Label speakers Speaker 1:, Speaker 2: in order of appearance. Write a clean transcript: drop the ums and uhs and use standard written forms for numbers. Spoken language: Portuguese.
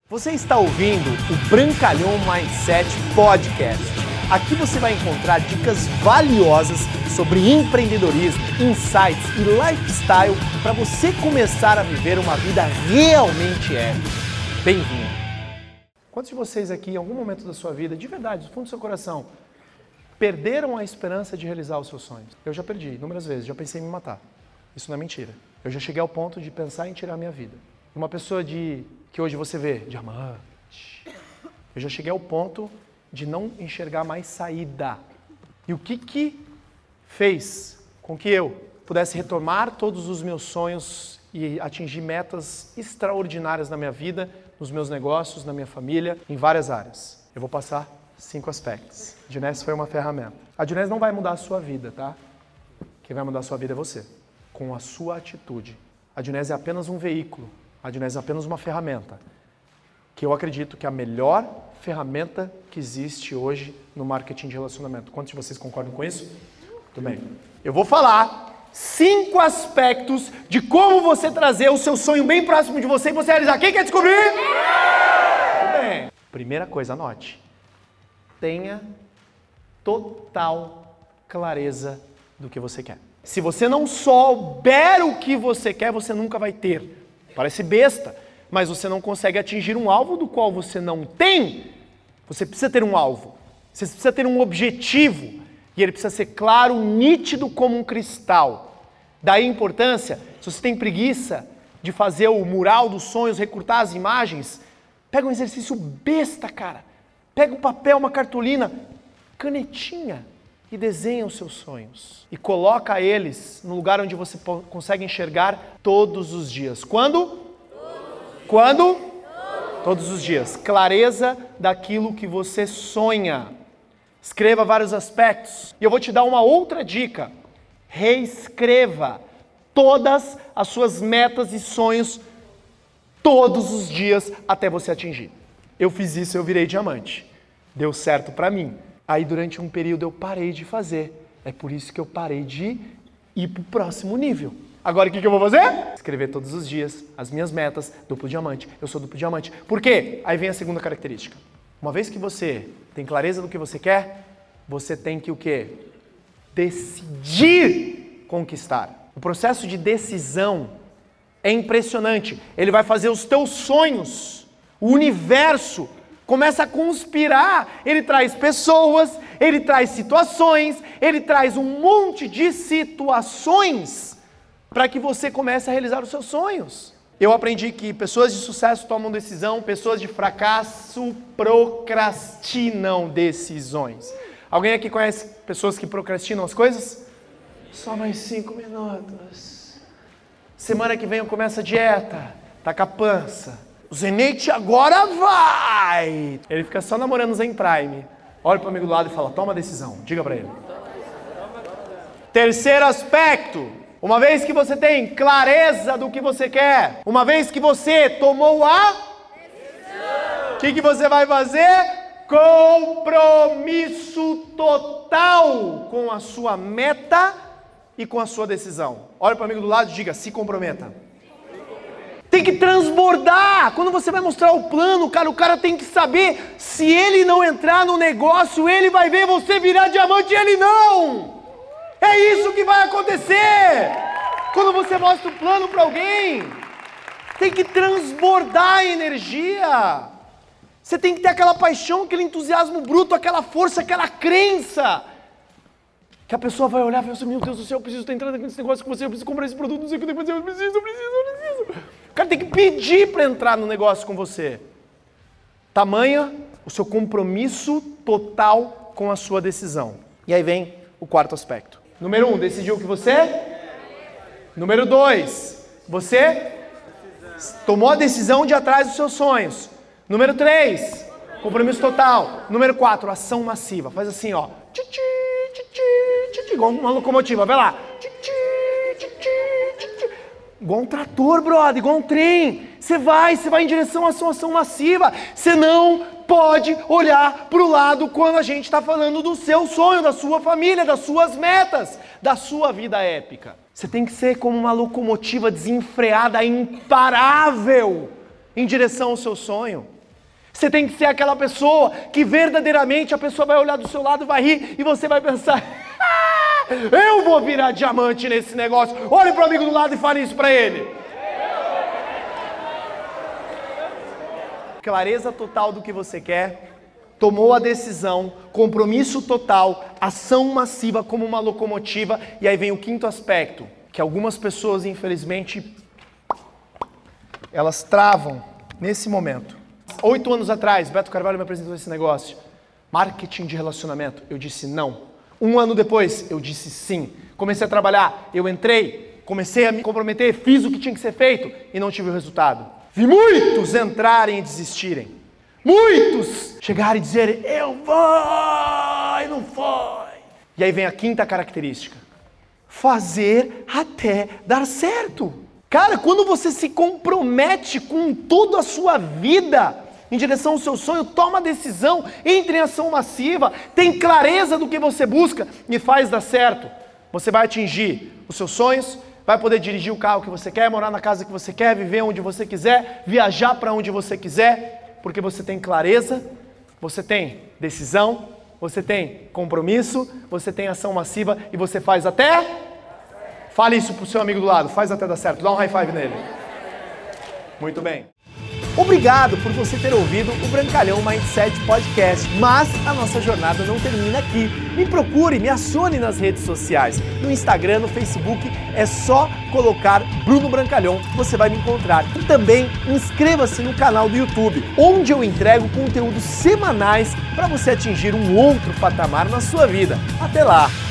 Speaker 1: Você está ouvindo o Brancalhão Mindset Podcast. Aqui você vai encontrar dicas valiosas sobre empreendedorismo, insights e lifestyle para você começar a viver uma vida realmente épica. Bem-vindo! Quantos de vocês aqui, em algum momento da sua vida, de verdade, do fundo do seu coração, perderam a esperança de realizar os seus sonhos? Eu já perdi inúmeras vezes, já pensei em me matar. Isso não é mentira. Eu já cheguei ao ponto de pensar em tirar a minha vida. Uma pessoa que hoje você vê, diamante. Eu já cheguei ao ponto de não enxergar mais saída. E o que fez com que eu pudesse retomar todos os meus sonhos e atingir metas extraordinárias na minha vida, nos meus negócios, na minha família, em várias áreas? Eu vou passar 5 aspectos. A Juness foi uma ferramenta. A Juness não vai mudar a sua vida, tá? Quem vai mudar a sua vida é você, com a sua atitude. A Juness é apenas um veículo. A Juness é apenas uma ferramenta, que eu acredito que é a melhor ferramenta que existe hoje no marketing de relacionamento. Quantos de vocês concordam com isso? Muito bem. Eu vou falar 5 aspectos de como você trazer o seu sonho bem próximo de você e você realizar. Quem quer descobrir? Muito bem. Primeira coisa, anote. Tenha total clareza do que você quer. Se você não souber o que você quer, você nunca vai ter. Parece besta, mas você não consegue atingir um alvo do qual você não tem. Você precisa ter um alvo, você precisa ter um objetivo, e ele precisa ser claro, nítido como um cristal. Daí a importância, se você tem preguiça de fazer o mural dos sonhos, recortar as imagens, pega um exercício besta, cara. Pega um papel, uma cartolina, canetinha, e desenha os seus sonhos. E coloca eles no lugar onde você consegue enxergar todos os dias. Quando? Quando? Todos os dias. Clareza daquilo que você sonha. Escreva vários aspectos. E eu vou te dar uma outra dica. Reescreva todas as suas metas e sonhos todos os dias até você atingir. Eu fiz isso, eu virei diamante. Deu certo pra mim. Aí durante um período eu parei de fazer. É por isso que eu parei de ir para o próximo nível. Agora o que eu vou fazer? Escrever todos os dias as minhas metas, duplo diamante. Eu sou duplo diamante. Por quê? Aí vem a segunda característica. Uma vez que você tem clareza do que você quer, você tem que o quê? Decidir conquistar. O processo de decisão é impressionante. Ele vai fazer os teus sonhos, o universo, começa a conspirar, ele traz pessoas, ele traz situações, ele traz um monte de situações para que você comece a realizar os seus sonhos. Eu aprendi que pessoas de sucesso tomam decisão, pessoas de fracasso procrastinam decisões. Alguém aqui conhece pessoas que procrastinam as coisas? Só mais 5 minutos. Semana que vem eu começo a dieta, tá com a pança. O Zenite agora vai! Ele fica só namorando o Zen Prime. Olha para o amigo do lado e fala, toma a decisão. Diga para ele. Terceiro aspecto. Uma vez que você tem clareza do que você quer, uma vez que você tomou a decisão, o que você vai fazer? Compromisso total com a sua meta e com a sua decisão. Olha para o amigo do lado e diga, se comprometa. Tem que transbordar. Quando você vai mostrar o plano, cara, o cara tem que saber, se ele não entrar no negócio, ele vai ver você virar diamante e ele não. É isso que vai acontecer. Quando você mostra o plano para alguém, tem que transbordar a energia. Você tem que ter aquela paixão, aquele entusiasmo bruto, aquela força, aquela crença. Que a pessoa vai olhar e vai falar assim, meu Deus do céu, eu preciso estar entrando nesse negócio com você, eu preciso comprar esse produto, não sei o que depois eu preciso. O cara tem que pedir para entrar no negócio com você. Tamanha o seu compromisso total com a sua decisão. E aí vem o quarto aspecto. Número 1, decidiu o que você? Número 2, você tomou a decisão de ir atrás dos seus sonhos. Número 3, compromisso total. Número 4, ação massiva. Faz assim, ó. Titi, titi, titi, igual uma locomotiva, vai lá. Titi, titi, titi. Igual um trator, brother, igual um trem. Você vai em direção à sua ação massiva. Você não pode olhar para o lado quando a gente está falando do seu sonho, da sua família, das suas metas, da sua vida épica. Você tem que ser como uma locomotiva desenfreada, imparável, em direção ao seu sonho. Você tem que ser aquela pessoa que verdadeiramente a pessoa vai olhar do seu lado, vai rir e você vai pensar: eu vou virar diamante nesse negócio. Olhe para o amigo do lado e fale isso para ele. Clareza total do que você quer, tomou a decisão, compromisso total, ação massiva como uma locomotiva. E aí vem o quinto aspecto, que algumas pessoas, infelizmente, elas travam nesse momento. 8 anos atrás, Beto Carvalho me apresentou esse negócio. Marketing de relacionamento. Eu disse não. 1 ano depois, eu disse sim. Comecei a trabalhar, eu entrei, comecei a me comprometer, fiz o que tinha que ser feito e não tive o resultado. Vi muitos entrarem e desistirem. Muitos chegarem e dizerem: eu vou, e não foi. E aí vem a quinta característica: fazer até dar certo. Cara, quando você se compromete com toda a sua vida em direção ao seu sonho, toma decisão, entre em ação massiva, tem clareza do que você busca e faz dar certo, você vai atingir os seus sonhos, vai poder dirigir o carro que você quer, morar na casa que você quer, viver onde você quiser, viajar para onde você quiser, porque você tem clareza, você tem decisão, você tem compromisso, você tem ação massiva e você faz até... Fale isso pro seu amigo do lado, faz até dar certo, dá um high five nele. Muito bem. Obrigado por você ter ouvido o Brancalhão Mindset Podcast, mas a nossa jornada não termina aqui. Me procure, me acione nas redes sociais. No Instagram, no Facebook, é só colocar Bruno Brancalhão, você vai me encontrar. E também inscreva-se no canal do YouTube, onde eu entrego conteúdos semanais para você atingir um outro patamar na sua vida. Até lá!